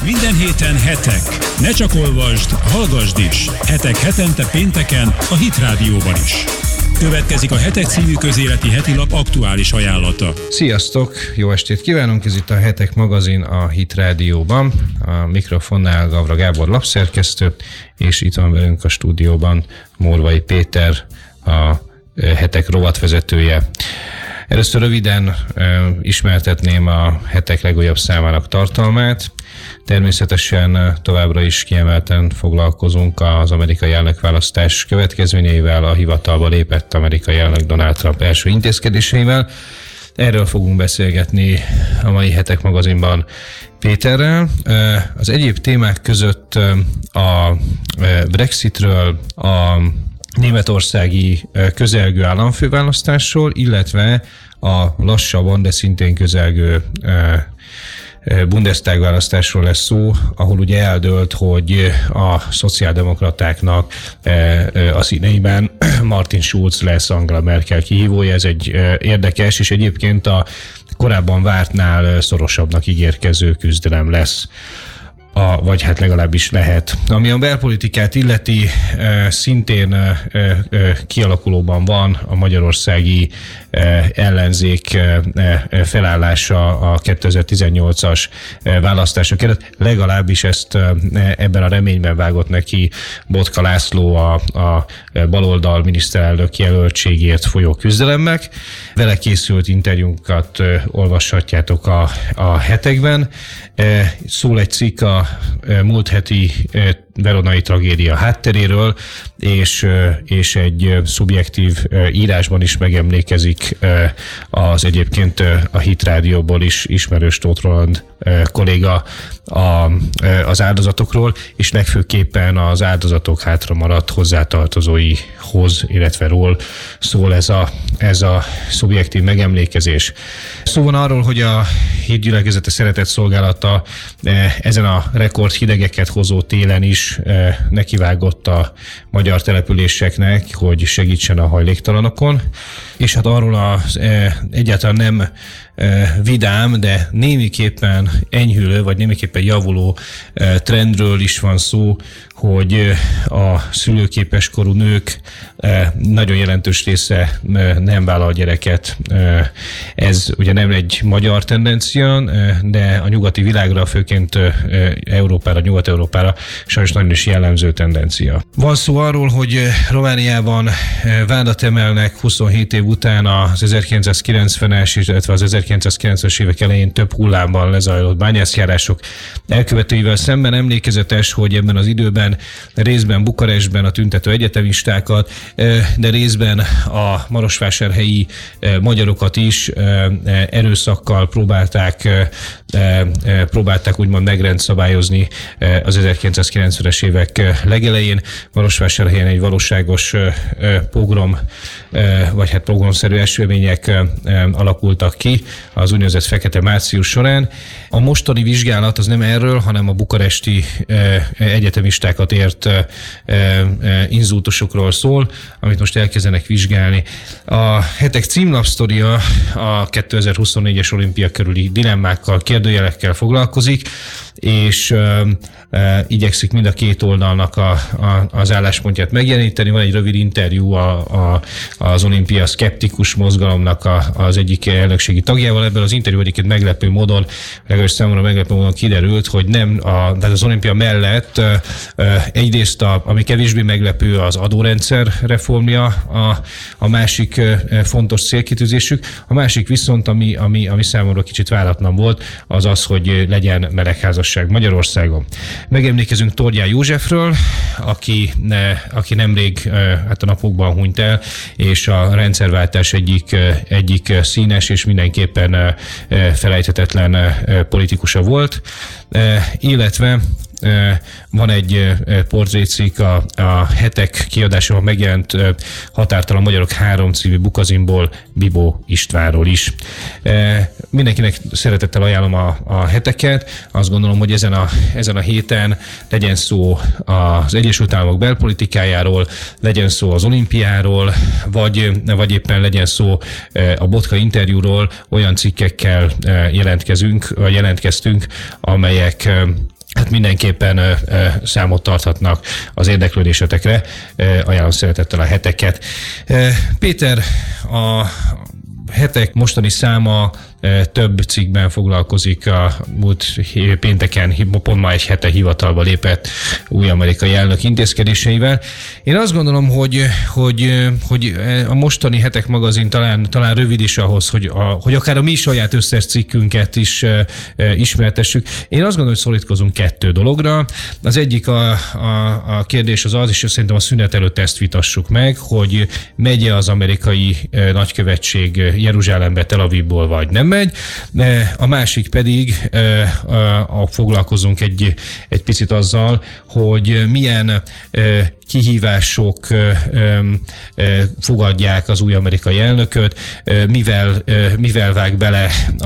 Minden héten hetek. Ne csak olvasd, hallgasd is. Hetek hetente pénteken a Hit Rádióban is. Következik a Hetek című közéleti hetilap aktuális ajánlata. Sziasztok! Jó estét kívánunk! Ez itt a Hetek magazin a Hit Rádióban. A mikrofonnál Gavra Gábor lapszerkesztő, és itt van velünk a stúdióban Morvai Péter, a Hetek rovatvezetője. Először röviden ismertetném a Hetek legújabb számának tartalmát. Természetesen továbbra is kiemelten foglalkozunk az amerikai elnökválasztás következményeivel, a hivatalba lépett amerikai elnök Donald Trump első intézkedéseivel. Erről fogunk beszélgetni a mai Hetek magazinban Péterrel. Az egyéb témák között a Brexitről, a németországi közelgő államfőválasztásról, illetve a lassabban, de szintén közelgő Bundestag választásról lesz szó, ahol ugye eldőlt, hogy a szociáldemokratáknak a színeiben Martin Schulz lesz Angela Merkel kihívója. Ez egy érdekes, és egyébként a korábban vártnál szorosabbnak ígérkező küzdelem lesz. Vagy hát legalábbis lehet. Ami a belpolitikát illeti, szintén kialakulóban van a magyarországi ellenzék felállása a 2018-as választások előtt. Legalábbis ezt ebben a reményben vágott neki Botka László a baloldal miniszterelnök jelöltségért folyó küzdelemnek. Vele készült interjúnkat olvashatjátok a hetekben. Szól egy cikk a múlt heti veronai tragédia hátteréről, és egy szubjektív írásban is megemlékezik az egyébként a Hit Rádióból is ismerős Tóth Roland kolléga az áldozatokról, és legfőképpen az áldozatok hátra maradt hozzátartozóihoz, illetve ról szól ez a szubjektív megemlékezés. Szó van arról, hogy a Hit Gyülekezete Szeretett Szolgálata ezen a rekord hidegeket hozó télen is nekivágott a magyar településeknek, hogy segítsen a hajléktalanokon, és hát arról egyáltalán nem vidám, de némiképpen enyhülő, vagy némiképpen javuló trendről is van szó, hogy a szülőképes korú nők nagyon jelentős része nem vállal gyereket. Ez ugye nem egy magyar tendencia, de a nyugati világra, főként Európára, Nyugat-Európára sajnos nagyon is jellemző tendencia. Van szó arról, hogy Romániában vádat emelnek 27 év után az 1990-es, illetve az 1990-es évek elején több hullámban lezajlott bányászjárások elkövetőivel szemben. Emlékezetes, hogy ebben az időben részben Bukarestben a tüntető egyetemistákat, de részben a marosvásárhelyi magyarokat is erőszakkal próbálták úgymond megrendszabályozni az 1990-es évek legelején. Marosvásárhelyen egy valóságos pogrom, vagy hát pogromszerű események alakultak ki az úgynevezett Fekete Március során. A mostani vizsgálat az nem erről, hanem a bukaresti egyetemistákat ért inzultusokról szól, amit most elkezdenek vizsgálni. A Hetek címlapsztoria a 2024-es olimpia körüli dilemmákkal, kérdőjelekkel foglalkozik, és igyekszik mind a két oldalnak az álláspontját megjeleníteni. Van egy rövid interjú az olimpia szkeptikus mozgalomnak az egyik elnökségi tagjával. Ebből az interjú egyébként meglepő módon, legalábbis számomra meglepő módon kiderült, hogy nem tehát az olimpia mellett egyrészt ami kevésbé meglepő, az adórendszer reformja a másik fontos célkitűzésük. A másik viszont, ami számomra kicsit váratlan volt, az az, hogy legyen melegházasság Magyarországon. Megemlékezünk Tordján Józsefről, aki nemrég hát a napokban hunyt el, és a rendszerváltás egyik színes és mindenképpen felejthetetlen politikusa volt, illetve van egy portrécikk a Hetek kiadásában megjelent Határtalan Magyarok 3 című bukazinból Bibó Istvánról is. Mindenkinek szeretettel ajánlom a Heteket. Azt gondolom, hogy ezen a héten legyen szó az Egyesült Államok belpolitikájáról, legyen szó az olimpiáról, vagy éppen legyen szó a Botka interjúról, olyan cikkekkel jelentkeztünk, amelyek hát mindenképpen számot tarthatnak az érdeklődésetekre. Ajánlom szeretettel a heteket. Péter, a hetek mostani száma több cikkben foglalkozik a múlt pénteken, pont ma egy hete hivatalba lépett új amerikai elnök intézkedéseivel. Én azt gondolom, hogy a mostani Hetek magazin talán rövid is ahhoz, hogy akár a mi saját összes cikkünket is ismertessük. Én azt gondolom, hogy szorítkozunk 2 dologra. Az egyik a kérdés az, és szerintem a szünet előtt ezt vitassuk meg, hogy megye az amerikai nagykövetség Jeruzsálembe Tel Avivból, vagy nem megy. A másik pedig foglalkozunk egy picit azzal, hogy milyen kihívások fogadják az új amerikai elnököt, mivel vág bele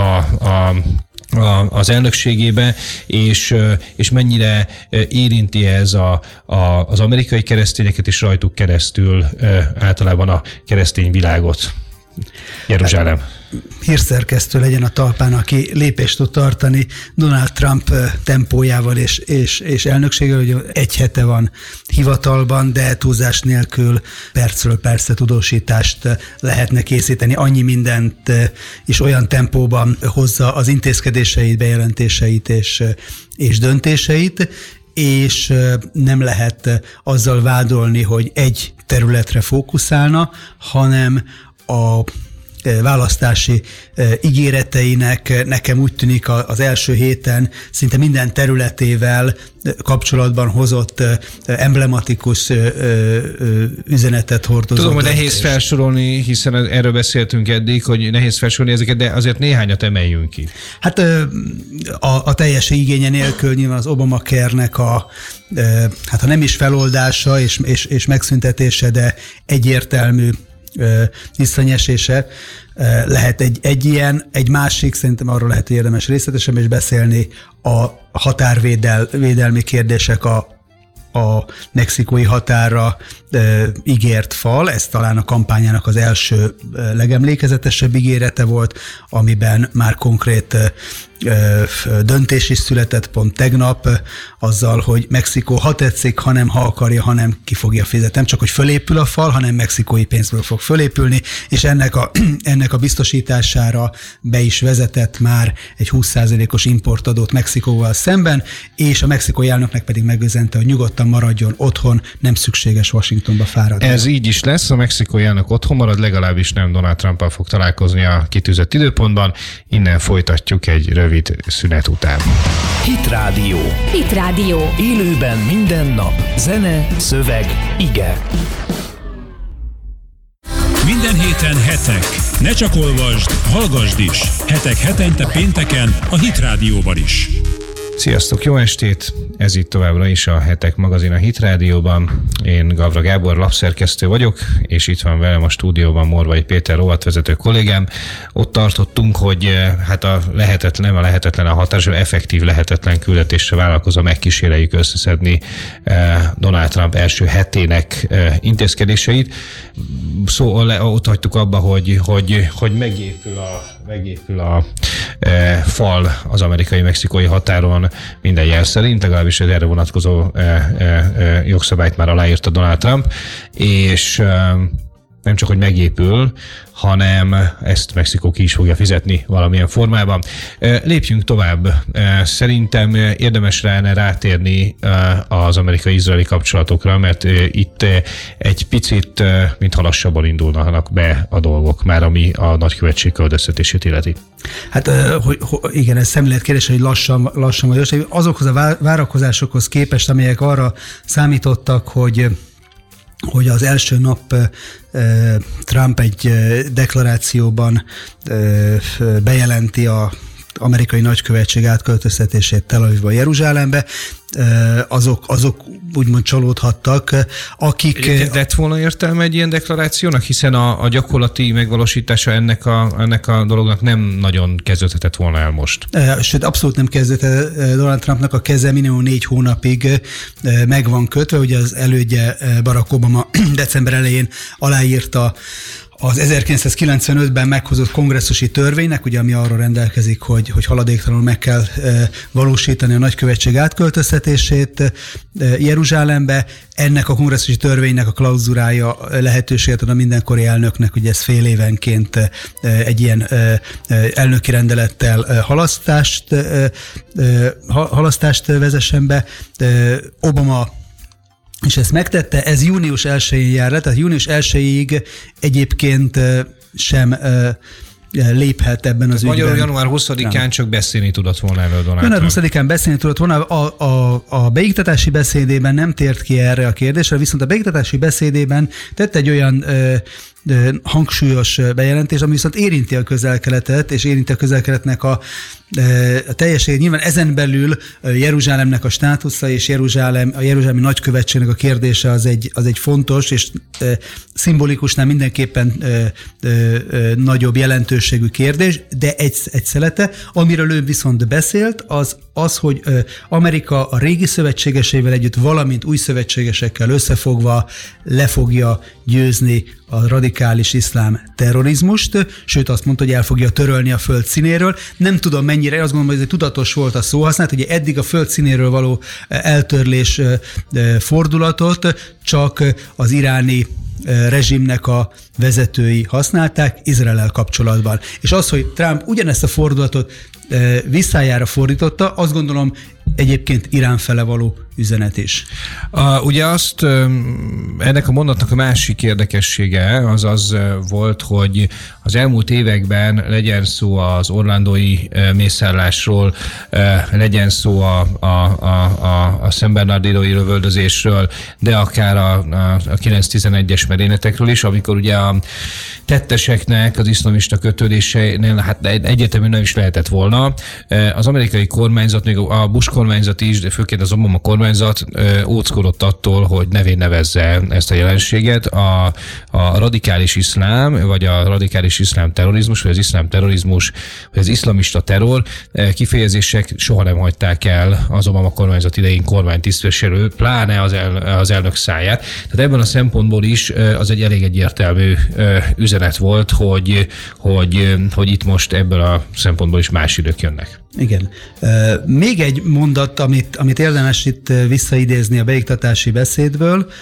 az elnökségébe, és mennyire érinti ez az amerikai keresztényeket, és rajtuk keresztül általában a keresztény világot. Jeruzsálem. Hírszerkesztő legyen a talpán, aki lépést tud tartani Donald Trump tempójával és elnökségével, hogy egy hete van hivatalban, de túlzás nélkül percről percre tudósítást lehetne készíteni. Annyi mindent és olyan tempóban hozza az intézkedéseit, bejelentéseit és döntéseit, és nem lehet azzal vádolni, hogy egy területre fókuszálna, hanem a választási ígéreteinek nekem úgy tűnik az első héten szinte minden területével kapcsolatban hozott emblematikus üzenetet hordozó. Tudom, hogy nehéz felsorolni, hiszen erről beszéltünk eddig, hogy nehéz felsorolni ezeket, de azért néhányat emeljünk ki. Hát a teljes igénye nélkül nyilván az Obamacare-nek hát ha nem is feloldása és megszüntetése, de egyértelmű visszanyesése lehet egy ilyen, egy másik, szerintem arról lehet, hogy érdemes részletesen is beszélni, a határvédelmi kérdések, a mexikói határra ígért fal, ez talán a kampányának az első legemlékezetesebb ígérete volt, amiben már konkrét döntés is született pont tegnap azzal, hogy Mexikó ha tetszik, hanem ha akarja, hanem ki fogja fizetni. Nem csak, hogy fölépül a fal, hanem mexikói pénzből fog fölépülni, és ennek a biztosítására be is vezetett már egy 20%-os importadót Mexikóval szemben, és a mexikói elnöknek pedig megüzente, hogy nyugodtan maradjon otthon, nem szükséges Washingtonba fáradni. Ez így is lesz, a mexikói elnök otthon marad, legalábbis nem Donald Trumpal fog találkozni a kitűzött időpontban. Innen folytatjuk egy rövid szünet után. Hit Radio. Hit Radio. Élőben minden nap. Zene, szöveg, ige. Minden héten hetek. Ne csak olvasd, hallgasd is. Hetek hetente pénteken a Hit Rádióban is. Sziasztok, jó estét! Ez itt továbbra is a Hetek magazin a Hit Rádióban. Én Gavra Gábor lapszerkesztő vagyok, és itt van velem a stúdióban Morvai Péter rovatvezető kollégám. Ott tartottunk, hogy hát a határozott, effektív lehetetlen küldetésre vállalkozva megkíséreljük összeszedni Donald Trump első hetének intézkedéseit. Szóval ott hagytuk abba, hogy megépül a fal az amerikai-mexikói határon minden jel szerint, legalábbis erre vonatkozó jogszabályt már aláírta Donald Trump, és nem csak, hogy megépül, hanem ezt Mexikó ki is fogja fizetni valamilyen formában. Lépjünk tovább. Szerintem érdemes rátérni az amerikai-izraeli kapcsolatokra, mert itt egy picit, mintha lassabban indulnak be a dolgok, már ami a nagykövetség költöztetését illeti. Hát igen, ez szemléletkérdés, hogy lassan vagy azokhoz a várakozásokhoz képest, amelyek arra számítottak, hogy az első nap Trump egy deklarációban bejelenti az amerikai nagykövetség átköltöztetését Tel Avivba, Jeruzsálembe, azok úgymond csalódhattak, akik... Lett volna értelme egy ilyen deklarációnak, hiszen a gyakorlati megvalósítása ennek a dolognak nem nagyon kezdődhetett volna el most. Sőt, abszolút nem kezdődött. Donald Trumpnak a keze minimum 4 hónapig meg van kötve, ugye az elődje Barack Obama december elején aláírta az 1995-ben meghozott kongresszusi törvénynek, ugye, ami arra rendelkezik, hogy haladéktalanul meg kell valósítani a nagykövetség átköltöztetését Jeruzsálembe. Ennek a kongresszusi törvénynek a klauzurája lehetőséget ad a mindenkori elnöknek, ugye ez fél évenként egy ilyen elnöki rendelettel halasztást vezessen be. Obama és ezt megtette, ez június 1-én jár le, tehát június 1-ig egyébként sem léphet ebben az ügyben. Magyarul január 20-án csak beszélni tudott volna erről Donald Trump. Január 20-án beszélni tudott volna, a beiktatási beszédében nem tért ki erre a kérdésre, viszont a beiktatási beszédében tett egy olyan hangsúlyos bejelentés, ami viszont érinti a Közel-Keletet, és érinti a Közel-Keletnek a teljességét. Nyilván ezen belül Jeruzsálemnek a státusza és a jeruzsálemi nagykövetségnek a kérdése az egy fontos és szimbolikusnál mindenképpen nagyobb jelentőségű kérdés, de egy szelete, amiről ő viszont beszélt, az, hogy Amerika a régi szövetségeseivel együtt, valamint új szövetségesekkel összefogva le fogja győzni a radikális iszlám terrorizmust, sőt azt mondta, hogy el fogja törölni a föld színéről. Nem tudom mennyire, azt gondolom, hogy ez tudatos volt a szóhasználat, ugye eddig a föld színéről való eltörlés fordulatot csak az iráni rezsimnek a vezetői használták Izraellel kapcsolatban. És az, hogy Trump ugyanezt a fordulatot visszájára fordította, azt gondolom egyébként Irán fele való üzenet is. Ugye azt, ennek a mondatnak a másik érdekessége az volt, hogy az elmúlt években legyen szó az orlandói mészárlásról, legyen szó a San Bernardinói lövöldözésről, de akár a 9/11-es merényletekről is, amikor ugye a tetteseknek az iszlamista kötődésénél hát egyértelműen nem is lehetett volna. Az amerikai kormányzat, még a Bush kormányzat is, de főként az Obama kormányzat óckodott attól, hogy nevén nevezze ezt a jelenséget. A radikális iszlám, vagy a radikális iszlám terrorizmus, vagy az iszlám terrorizmus, vagy az iszlamista terror kifejezések soha nem hagyták el az Obama kormányzat idején kormánytisztviselő, pláne az elnök száját. Tehát ebben a szempontból is az egy elég egyértelmű üzenet volt, hogy itt most ebből a szempontból is más idők jönnek. Igen. Még egy mondat, amit érdemes itt visszaidézni a beiktatási beszédből,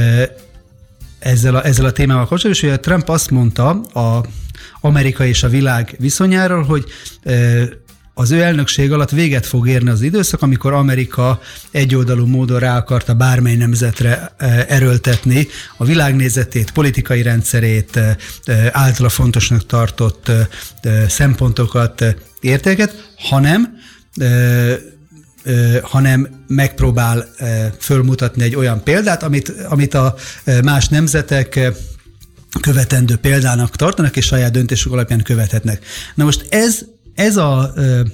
ezzel a témával kapcsolatban, hogy Trump azt mondta az Amerika és a világ viszonyáról, hogy az ő elnökség alatt véget fog érni az időszak, amikor Amerika egyoldalú módon rá akarta bármely nemzetre erőltetni a világnézetét, politikai rendszerét, általa fontosnak tartott szempontokat, értéket, hanem megpróbál fölmutatni egy olyan példát, amit a más nemzetek követendő példának tartanak, és saját döntésük alapján követhetnek. Na most ez a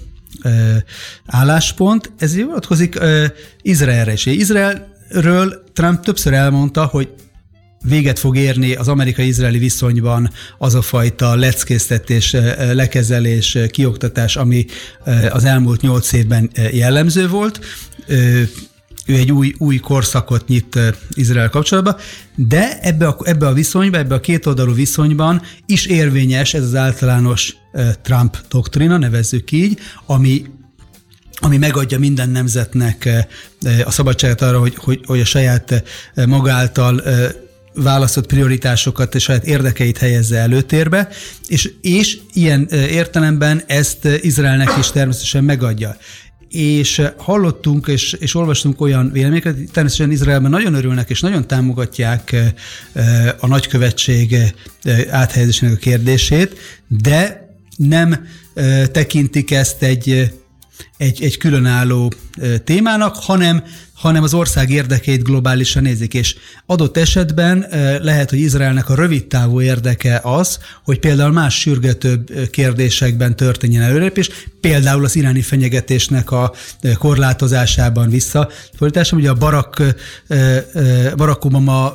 álláspont, ez vonatkozik Izraelre is. Izraelről Trump többször elmondta, hogy véget fog érni az amerikai-izraeli viszonyban az a fajta leckéztetés, lekezelés, kioktatás, ami az elmúlt 8 évben jellemző volt. Ő egy új korszakot nyit Izrael kapcsolatban, de ebbe a viszonyban, ebbe a kétoldalú viszonyban is érvényes ez az általános Trump doktrina, nevezzük így, ami megadja minden nemzetnek a szabadságot arra, hogy a saját maga által választott prioritásokat és saját érdekeit helyezze előtérbe, és ilyen értelemben ezt Izraelnek is természetesen megadja. És hallottunk és olvastunk olyan véleményeket, természetesen Izraelben nagyon örülnek és nagyon támogatják a nagykövetség áthelyezésének a kérdését, de nem tekintik ezt egy különálló témának, hanem az ország érdekeit globálisan nézik, és adott esetben lehet, hogy Izraelnek a rövidtávú érdeke az, hogy például más sürgetőbb kérdésekben történjen előrelépés, például az iráni fenyegetésnek a korlátozásában visszafordításában. Ugye a Barack Obama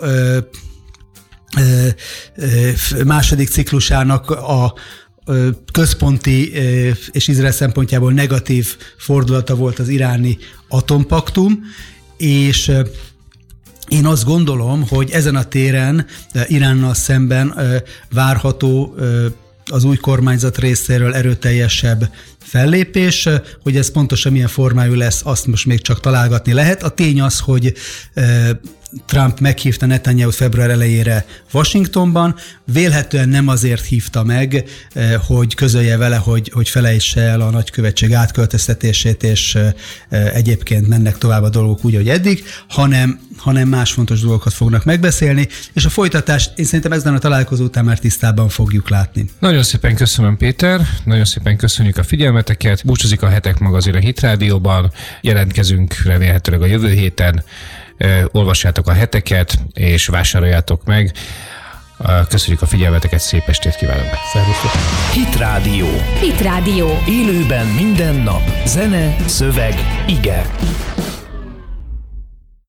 második ciklusának a központi és Izrael szempontjából negatív fordulata volt az iráni atompaktum, és Én azt gondolom, hogy ezen a téren Iránnal szemben várható az új kormányzat részéről erőteljesebb fellépés, hogy ez pontosan milyen formájú lesz, azt most még csak találgatni lehet. A tény az, hogy Trump meghívta Netanyahu február elejére Washingtonban, vélhetően nem azért hívta meg, hogy közölje vele, hogy felejtse el a nagykövetség átköltöztetését, és egyébként mennek tovább a dolgok úgy, ahogy eddig, hanem más fontos dolgokat fognak megbeszélni, és a folytatást én szerintem ezen a találkozó után már tisztában fogjuk látni. Nagyon szépen köszönöm, Péter, nagyon szépen köszönjük a figyelmeteket. Búcsúzik a Hetek magazin a Hit Rádióban, jelentkezünk remélhetőleg a jövő héten. Olvassátok a heteket, és vásároljátok meg. Köszönjük a figyelmeteket, szép estét kívánok! Szervusztok! Hit Rádió. Hit Rádió. Élőben minden nap. Zene, szöveg, ige.